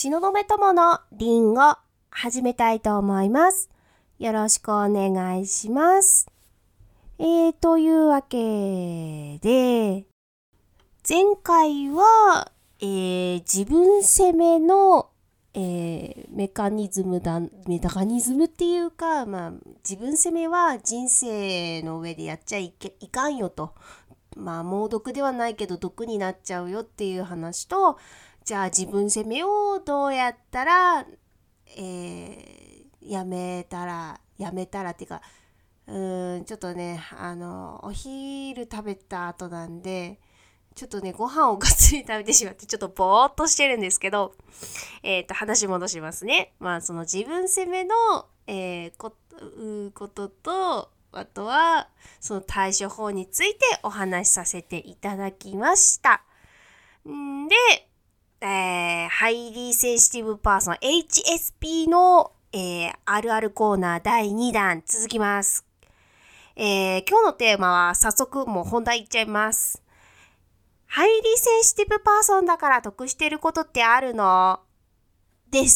東雲友のリンゴ始めたいと思います。よろしくお願いします。というわけで、前回は、自分責めの、メカニズムっていうか、自分責めは人生の上でやっちゃいかんよと。猛毒ではないけど毒になっちゃうよっていう話と、じゃあ自分責めをどうやったら、やめたらっていうか、ちょっとね、お昼食べた後なんで、ちょっとね、ご飯をがっつり食べてしまって、ちょっとぼーっとしてるんですけど、話戻しますね。その自分責めの、ことと、あとは、その対処法についてお話しさせていただきました。で、ハイリーセンシティブパーソン HSP の、あるあるコーナー第2弾続きます。今日のテーマは早速もう本題いっちゃいます。ハイリーセンシティブパーソンだから得してることってあるの？です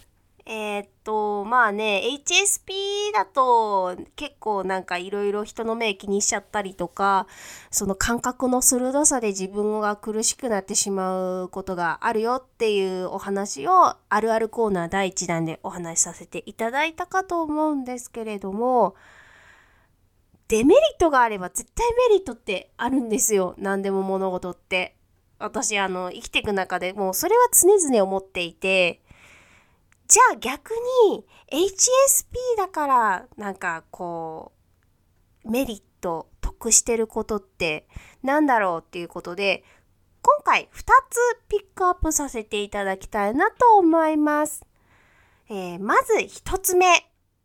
。HSP だと結構なんかいろいろ人の目気にしちゃったりとか、その感覚の鋭さで自分が苦しくなってしまうことがあるよっていうお話をあるあるコーナー第1弾でお話しさせていただいたかと思うんですけれども、デメリットがあれば絶対メリットってあるんですよ。何でも物事って。私生きていく中でもうそれは常々思っていて、じゃあ逆に HSP だからなんかこうメリット得してることってなんだろうっていうことで、今回2つピックアップさせていただきたいなと思います。まず1つ目、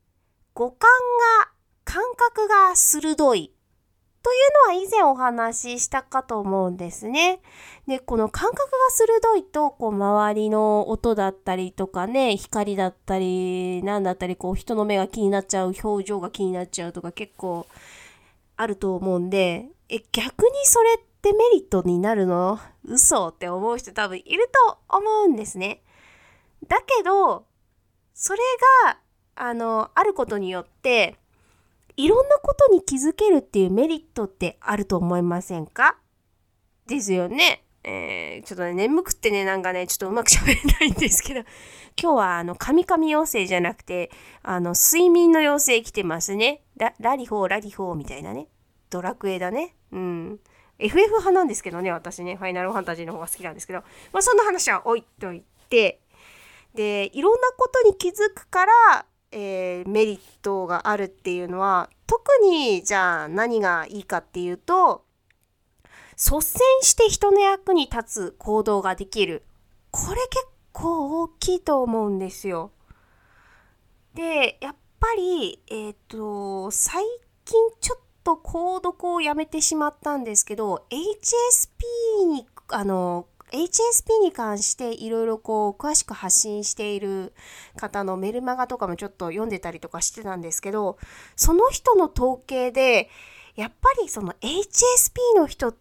感覚が鋭いというのは以前お話ししたかと思うんですね。で、この感覚が鋭いと、周りの音だったりとかね、光だったり、なんだったり、人の目が気になっちゃう、表情が気になっちゃうとか結構あると思うんで、逆にそれってメリットになるの？嘘って思う人多分いると思うんですね。だけど、それが、あることによって、いろんなことに気づけるっていうメリットってあると思いませんか？ですよね。ちょっとね、眠くってね、ちょっとうまく喋れないんですけど、今日はカミカミ妖精じゃなくて、睡眠の妖精来てますね。ラリホーみたいなね。ドラクエだね。FF 派なんですけどね、私ね、ファイナルファンタジーの方が好きなんですけど、そんな話は置いといて、で、いろんなことに気づくから、メリットがあるっていうのは、特にじゃあ何がいいかっていうと、率先して人の役に立つ行動ができる。これ結構大きいと思うんですよ。で、やっぱり、最近ちょっと購読をやめてしまったんですけど、HSP に関していろいろ詳しく発信している方のメルマガとかもちょっと読んでたりとかしてたんですけど、その人の統計で、やっぱりその HSP の人って、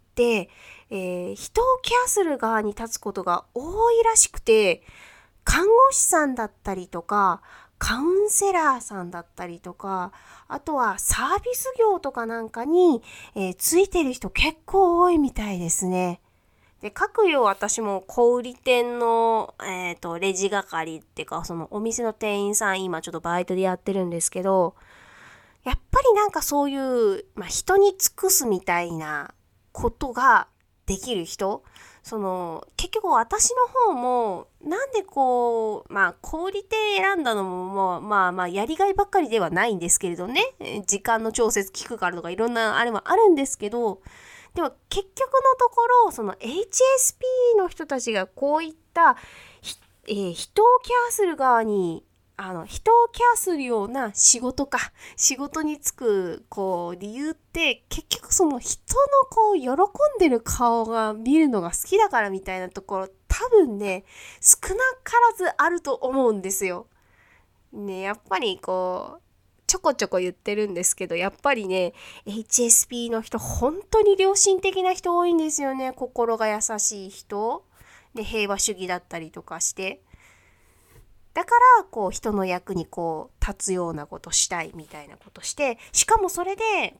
人をケアする側に立つことが多いらしくて、看護師さんだったりとか、カウンセラーさんだったりとか、あとはサービス業とかなんかに、ついてる人結構多いみたいですね。で、各よ私も小売店の、レジ係っていうか、そのお店の店員さん今ちょっとバイトでやってるんですけど、やっぱりそういう、人に尽くすみたいなことができる人、結局私の方も、なんで小売店選んだのも、やりがいばっかりではないんですけれどね、時間の調節聞くからとかいろんなあれもあるんですけど、でも結局のところ、その HSP の人たちがこういった、人をケアする側に、人をケアするような仕事に就く、理由って、結局その人の喜んでる顔が見るのが好きだからみたいなところ、多分ね、少なからずあると思うんですよ。ね、やっぱりちょこちょこ言ってるんですけど、やっぱりね、HSP の人、本当に良心的な人多いんですよね。心が優しい人。で、平和主義だったりとかして。 だからこう人の役にこう立つようなことしたいみたいなことして、しかもそれで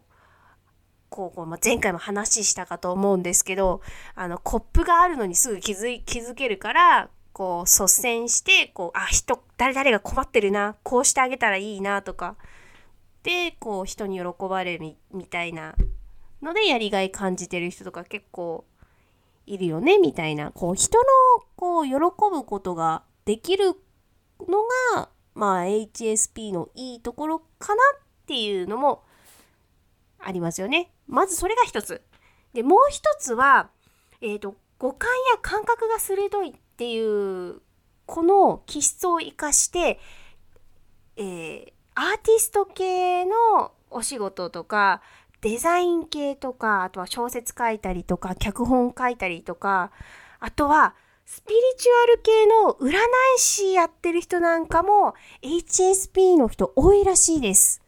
前回も話したかと思うんですけど、コップがあるのにすぐ気づけるから、こう率先して誰々が困ってるな、こうしてあげたらいいなとかで、こう人に喜ばれるみたいなのでやりがい感じてる人とか結構いるよねみたいな、こう人のこう喜ぶことができるのがHSP のいいところかなっていうのもありますよね。まずそれが一つで、もう一つは五感や感覚が鋭いっていうこの気質を生かして、アーティスト系のお仕事とかデザイン系とか、あとは小説書いたりとか脚本書いたりとか、あとはスピリチュアル系の占い師やってる人なんかも HSP の人多いらしいです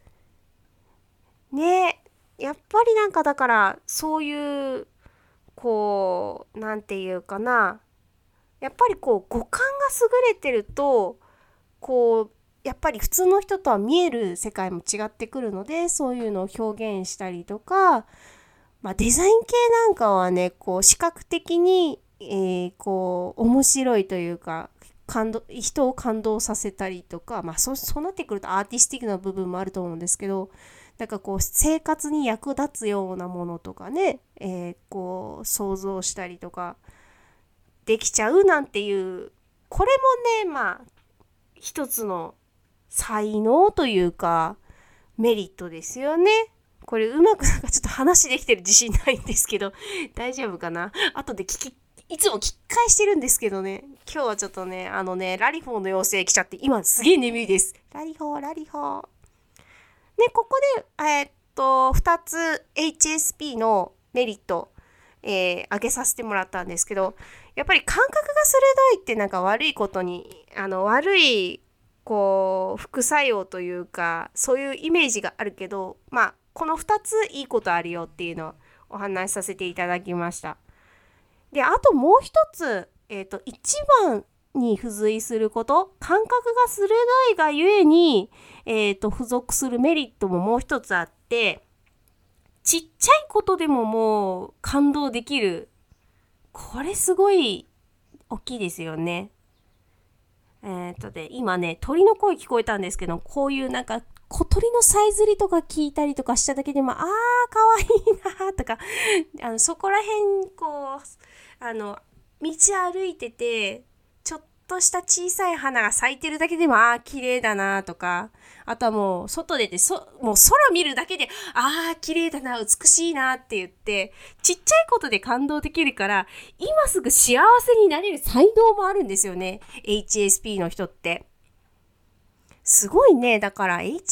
ね。やっぱりなんかだからそういうなんていうかな、やっぱり五感が優れてるとやっぱり普通の人とは見える世界も違ってくるので、そういうのを表現したりとか、デザイン系なんかはね、視覚的に、面白いというか人を感動させたりとか、そうなってくるとアーティスティックな部分もあると思うんですけど、なんか生活に役立つようなものとかね、想像したりとかできちゃうなんていう、これもね一つの才能というかメリットですよね。これうまくちょっと話できてる自信ないんですけど大丈夫かな。後でいつも聞き返してるんですけどね、今日はちょっとねラリフォーの妖精来ちゃって今すげえ眠いです。ラリフォーね、ここで2つ HSP のメリット、挙げさせてもらったんですけど、やっぱり感覚が鋭いってなんか悪いことに悪い副作用というかそういうイメージがあるけど、この2ついいことあるよっていうのをお話しさせていただきました。で、あともう一つ、一番に付随すること、感覚が鋭いがゆえに、付属するメリットももう一つあって、ちっちゃいことでももう感動できる。これすごい大きいですよね。今ね、鳥の声聞こえたんですけど、こういうなんか小鳥のさえずりとか聞いたりとかしただけでも、かわいいなとか、そこら辺道歩いてて、ちょっとした小さい花が咲いてるだけでも、綺麗だなとか、あとはもう外出てもう空見るだけで、綺麗だな、美しいなって言って、ちっちゃいことで感動できるから、今すぐ幸せになれる才能もあるんですよね。HSP の人って。すごいね。だから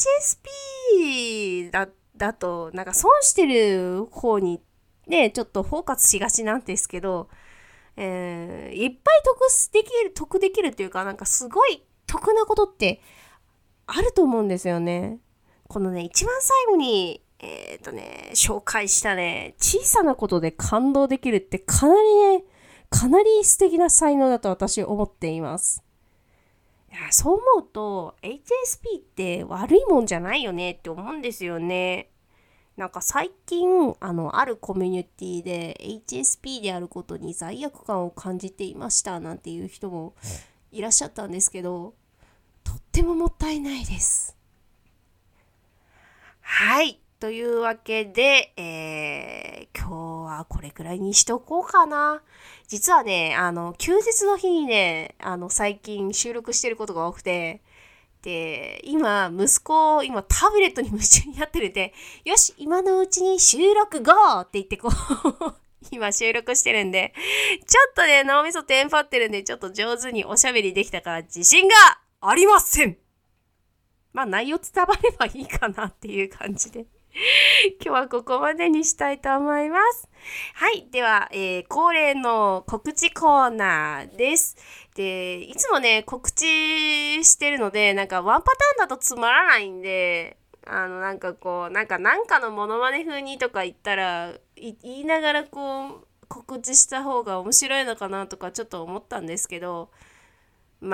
HSP だと、なんか損してる方にね、ちょっとフォーカスしがちなんですけど、いっぱい得できるっていうか、なんかすごい得なことってあると思うんですよね。このね、一番最後に、紹介したね、小さなことで感動できるってかなり素敵な才能だと私思っています。そう思うと HSP って悪いもんじゃないよねって思うんですよね。なんか最近あるコミュニティで HSP であることに罪悪感を感じていましたなんていう人もいらっしゃったんですけど、とってももったいないです。はい、というわけで、今日はこれくらいにしとこうかな。実はね、休日の日にね、最近収録してることが多くて、で、今タブレットに夢中になってるんで、よし、今のうちに収録 GO! って言って今収録してるんで、ちょっとね、脳みそテンパってるんで、ちょっと上手におしゃべりできたから自信がありません。内容伝わればいいかなっていう感じで。今日はここまでにしたいと思います。はい。では、恒例の告知コーナーです。で、いつもね、告知してるので、なんかワンパターンだとつまらないんで、なんかのモノマネ風にとか言ったら、言いながら告知した方が面白いのかなとかちょっと思ったんですけど、いっ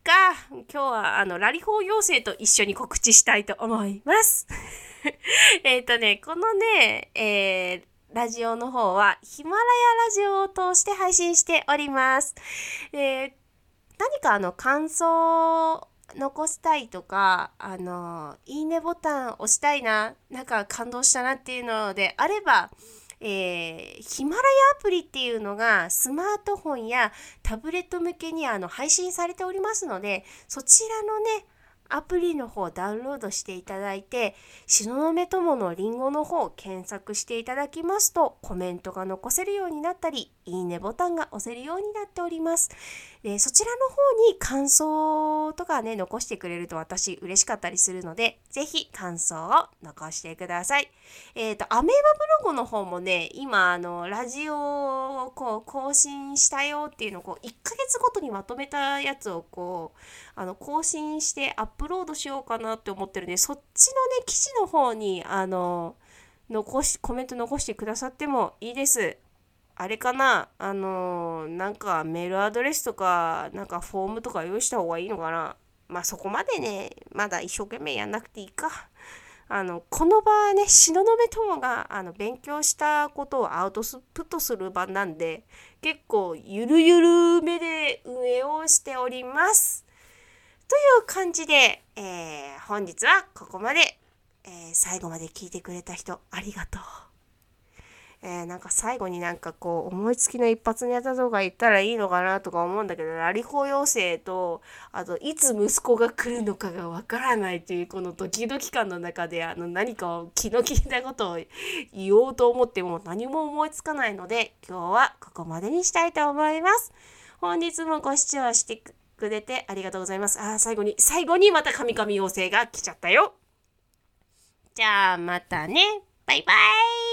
か。今日はラリホー妖精と一緒に告知したいと思います。このね、ラジオの方はヒマラヤラジオを通して配信しております。何か感想残したいとか、いいねボタン押したいな、なんか感動したなっていうのであれば、ヒマラヤアプリっていうのがスマートフォンやタブレット向けに配信されておりますので、そちらのね、アプリの方をダウンロードしていただいて、東雲友のりんごの方を検索していただきますと、コメントが残せるようになったり、いいねボタンが押せるようになっております。そちらの方に感想とかね、残してくれると私嬉しかったりするので、ぜひ感想を残してください。アメーバブログの方もね、今ラジオを更新したよっていうのを1ヶ月ごとにまとめたやつを更新してアップロードしようかなって思ってるんで、そっちのね、記事の方にコメント残してくださってもいいです。あれかな、なんかメールアドレスとか、なんかフォームとか用意した方がいいのかな。まあそこまでね、まだ一生懸命やんなくていいか。この場はね、東雲友が勉強したことをアウトプットする場なんで、結構ゆるゆるめで運営をしております。という感じで、本日はここまで、最後まで聞いてくれた人ありがとう。なんか最後になんか思いつきの一発ネタとか言ったらいいのかなとか思うんだけど、ラリコ妖精と、あといつ息子が来るのかがわからないというこのドキドキ感の中で何かを気の利いたことを言おうと思っても何も思いつかないので、今日はここまでにしたいと思います。本日もご視聴してくれてありがとうございます。最後にまた神々妖精が来ちゃったよ。じゃあまたね。バイバイ。